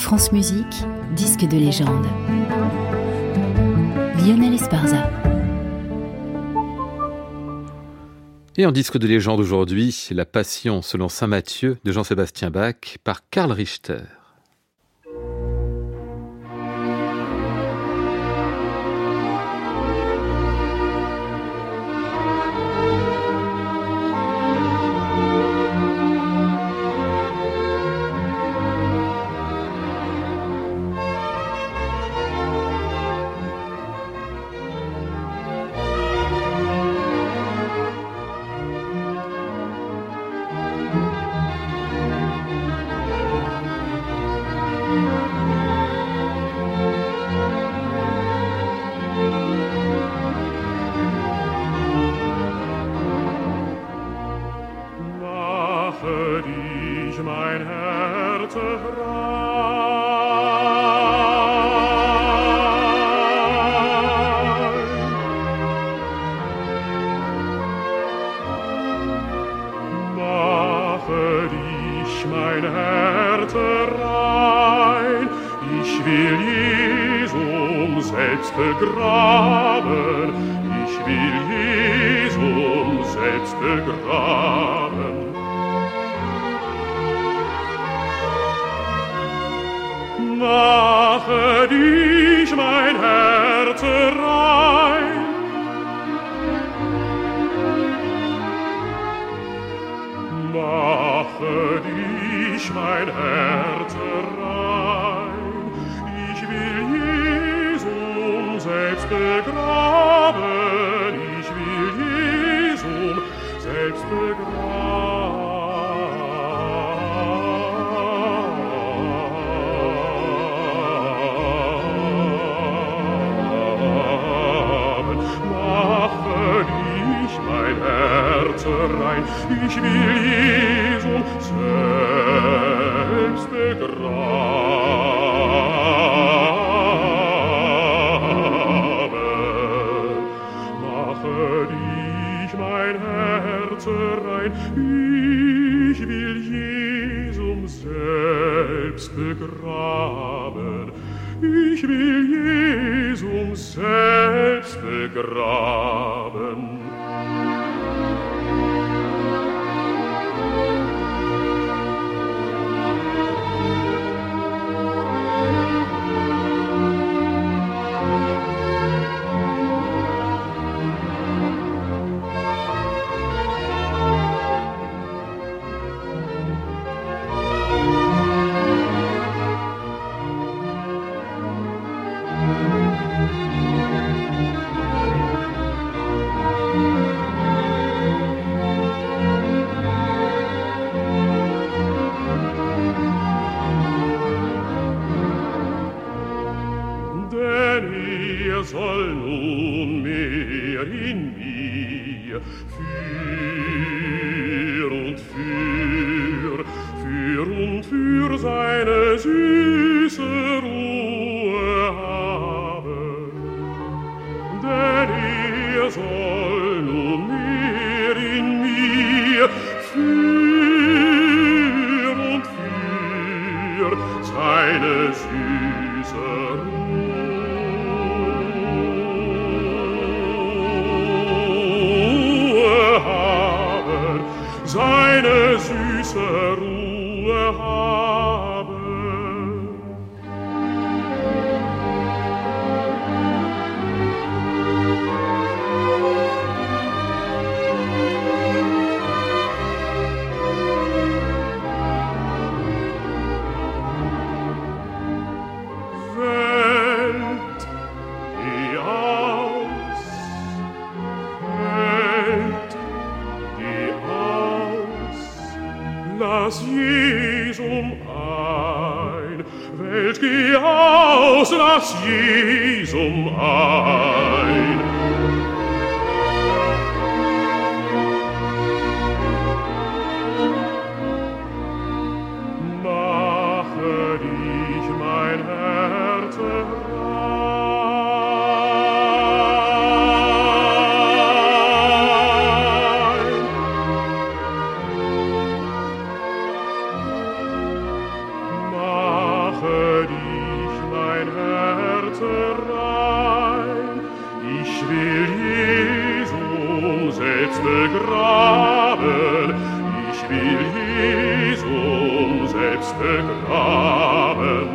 France Musique, disque de légende. Lionel Esparza. Et en disque de légende aujourd'hui, La Passion selon saint Matthieu de Jean-Sébastien Bach par Karl Richter. Mein Herz rein, ich will Jesum selbst begraben, ich will Jesum selbst begraben. Mache dich mein Herz rein, mache dich mein Herz rein, ich will Jesum selbst begraben, ich will Jesum selbst begraben. Mache dich mein Herz rein, ich will Jesum selbst begraben. Mache dich mein Herz rein, ich will Jesum selbst begraben. Ich will Jesum selbst begraben. Soll nunmehr in mir für seine süße Ruhe haben. Denn soll nunmehr in mir für seine süße seine süße Ruhe haben. Welt, geh aus, Welt, geh aus, lass Jesum ein. Welt, geh aus, lass Jesum ein. Mache dich mein Herz rein. Mache begraben.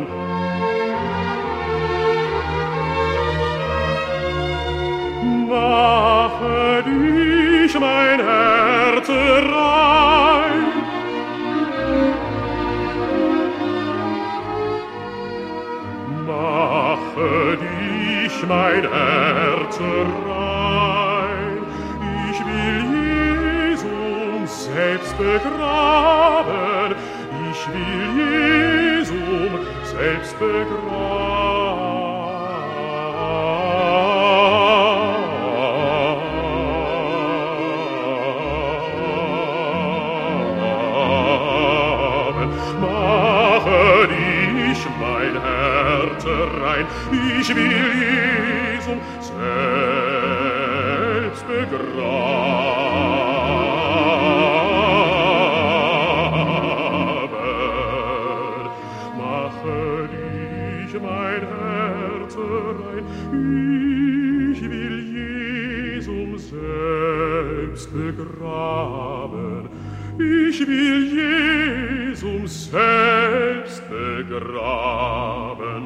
Mache dich mein Herz rein, mache dich mein Herz rein. Ich will Jesum selbst begraben, ich will Jesum selbst begraben. Mache dich mein Herz rein, ich will Jesum selbst begraben. Mache dich mein Herz rein, ich will Jesum selbst begraben. Ich will Jesum selbst begraben.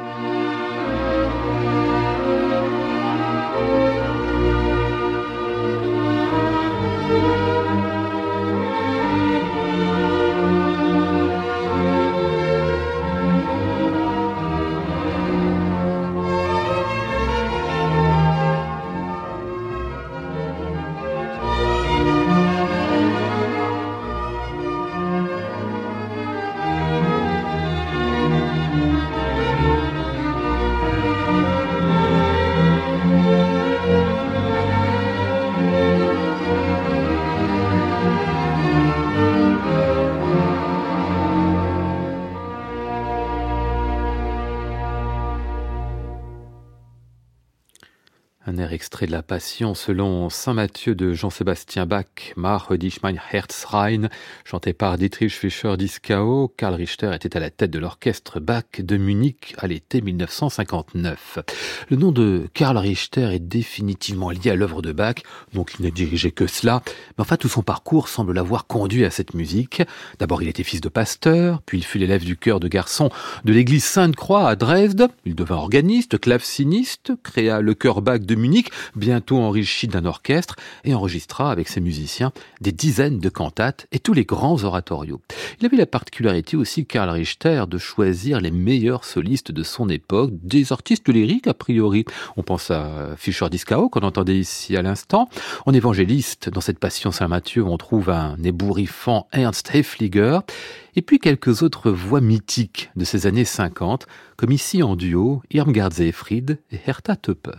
Un air extrait de la Passion selon Saint Matthieu de Jean-Sébastien Bach, Mache dich mein Herz rein, chanté par Dietrich Fischer-Dieskau. Karl Richter était à la tête de l'orchestre Bach de Munich à l'été 1959. Le nom de Karl Richter est définitivement lié à l'œuvre de Bach, donc il n'a dirigé que cela, mais enfin tout son parcours semble l'avoir conduit à cette musique. D'abord il était fils de pasteur, puis il fut l'élève du chœur de garçons de l'église Sainte-Croix à Dresde. Il devint organiste, claveciniste, créa le chœur Bach de Munich, bientôt enrichi d'un orchestre, et enregistra avec ses musiciens des dizaines de cantates et tous les grands oratorios. Il avait la particularité aussi, Karl Richter, de choisir les meilleurs solistes de son époque, des artistes lyriques a priori. On pense à Fischer-Dieskau, qu'on entendait ici à l'instant. En évangéliste, dans cette Passion Saint-Matthieu, on trouve un ébouriffant Ernst Haefliger, et puis quelques autres voix mythiques de ces années 50, comme ici en duo, Irmgard Seyfried et Hertha Töpper.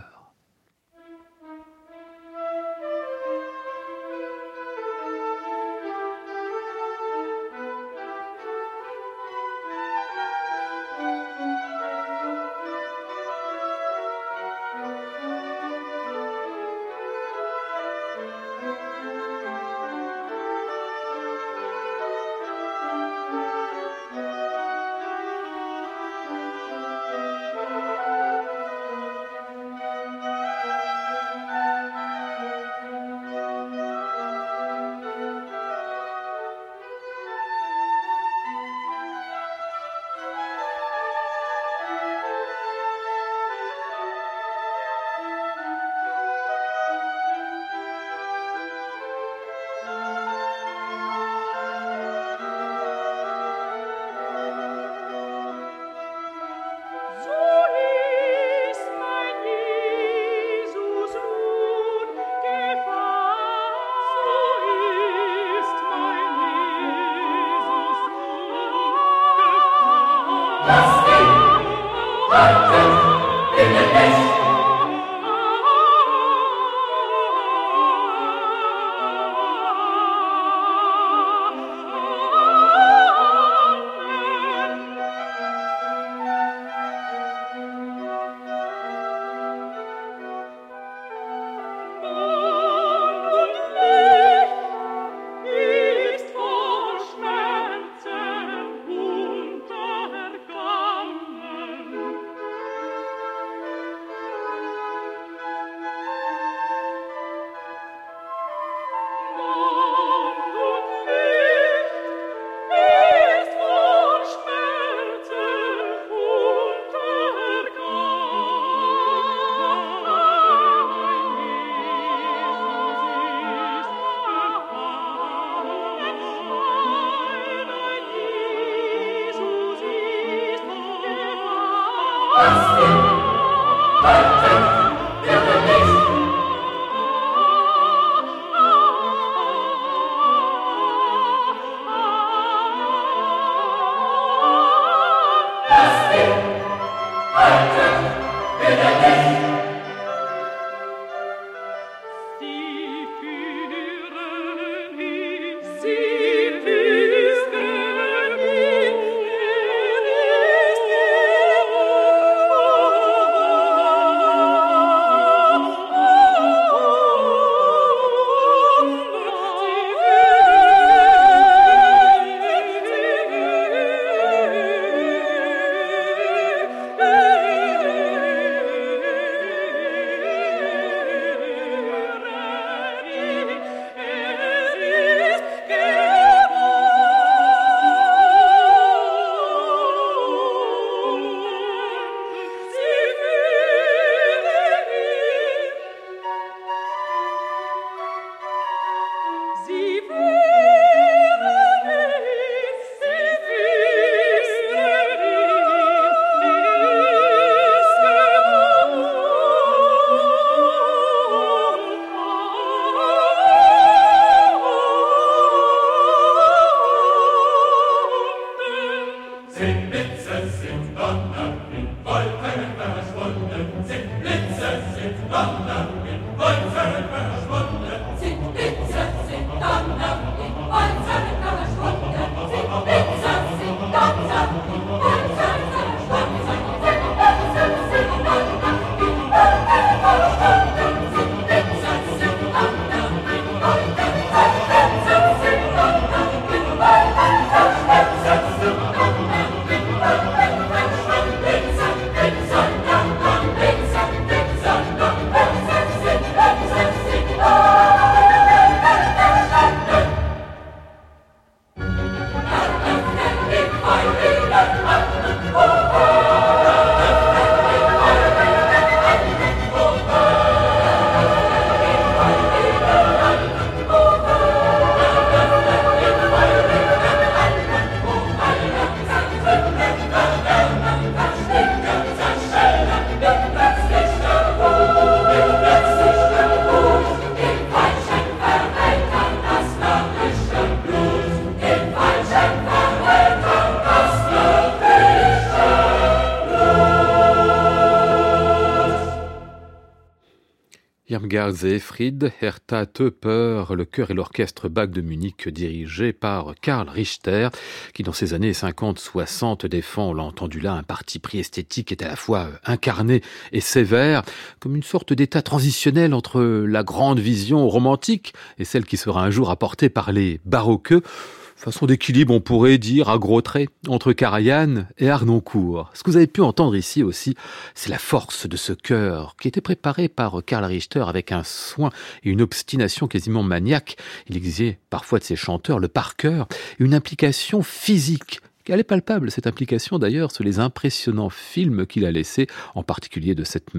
Irmgard Seefried, Hertha Töpper, le chœur et l'orchestre Bach de Munich dirigé par Karl Richter, qui dans ces années 50-60 défend, on l'a entendu là, un parti pris esthétique qui est à la fois incarné et sévère, comme une sorte d'état transitionnel entre la grande vision romantique et celle qui sera un jour apportée par les baroqueux. Façon d'équilibre, on pourrait dire, à gros traits, entre Karajan et Harnoncourt. Ce que vous avez pu entendre ici aussi, c'est la force de ce chœur, qui était préparé par Karl Richter avec un soin et une obstination quasiment maniaque. Il exigeait parfois de ses chanteurs le par cœur, une implication physique. Elle est palpable, cette implication d'ailleurs, sur les impressionnants films qu'il a laissés, en particulier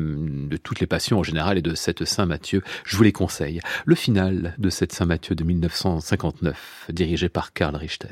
de toutes les passions en général et de cette Saint-Matthieu. Je vous les conseille. Le final de cette Saint-Matthieu de 1959, dirigé par Karl Richter.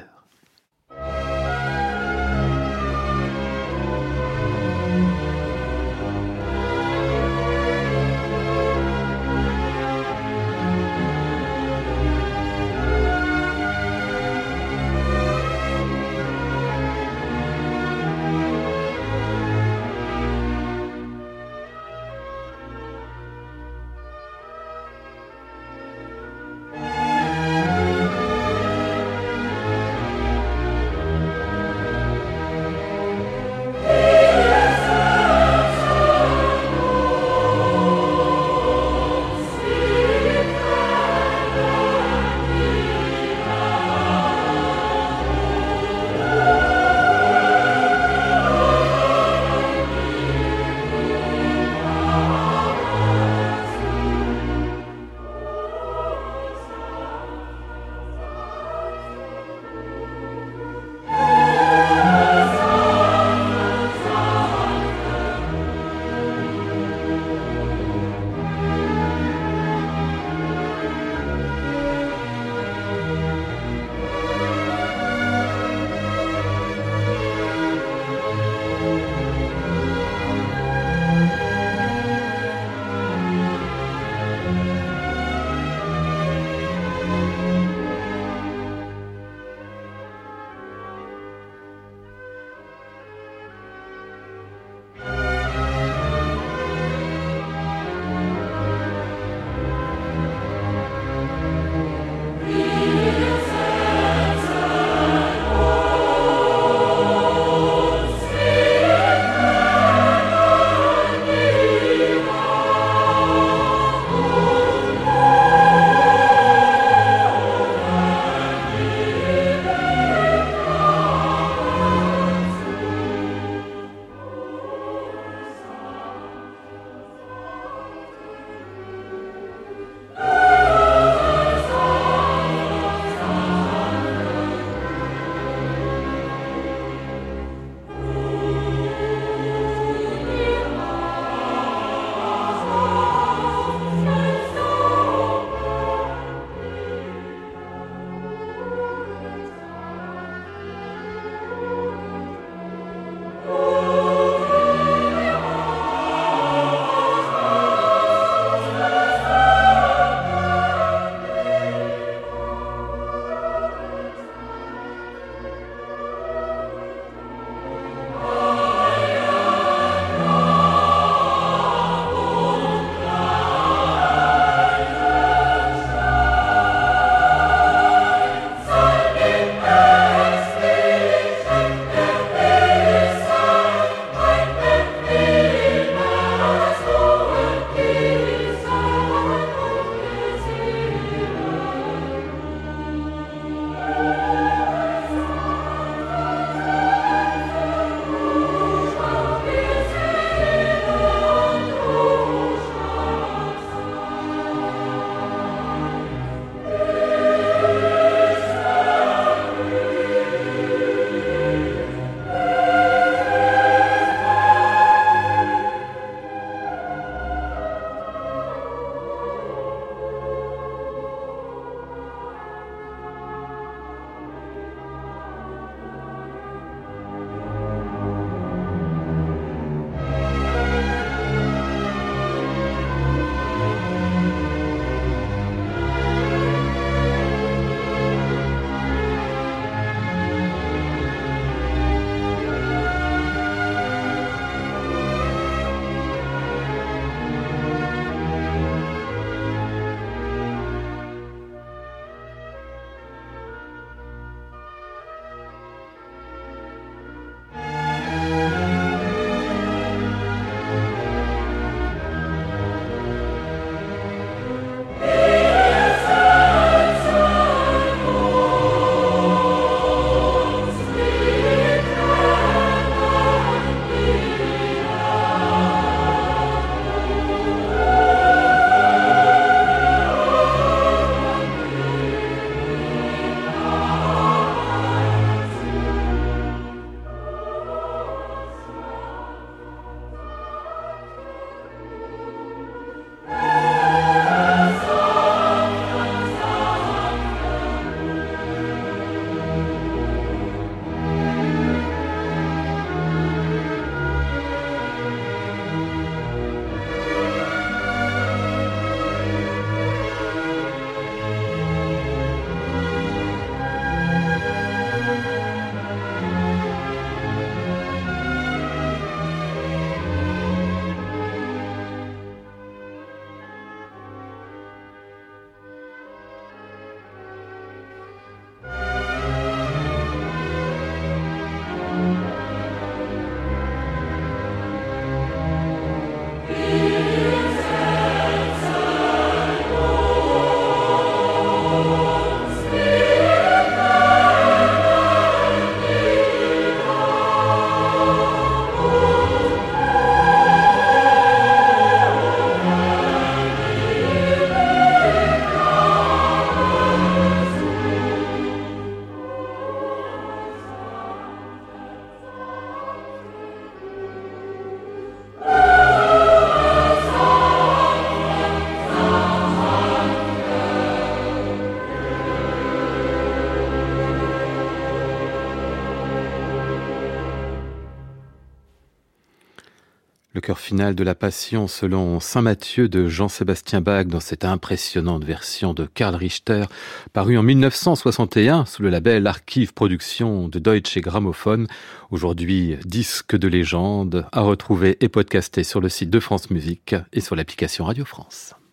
Le chœur final de la Passion selon saint Matthieu de Jean-Sébastien Bach dans cette impressionnante version de Karl Richter, parue en 1961 sous le label Archiv Production de Deutsche Grammophon. Aujourd'hui, disque de légende à retrouver et podcasté sur le site de France Musique et sur l'application Radio France.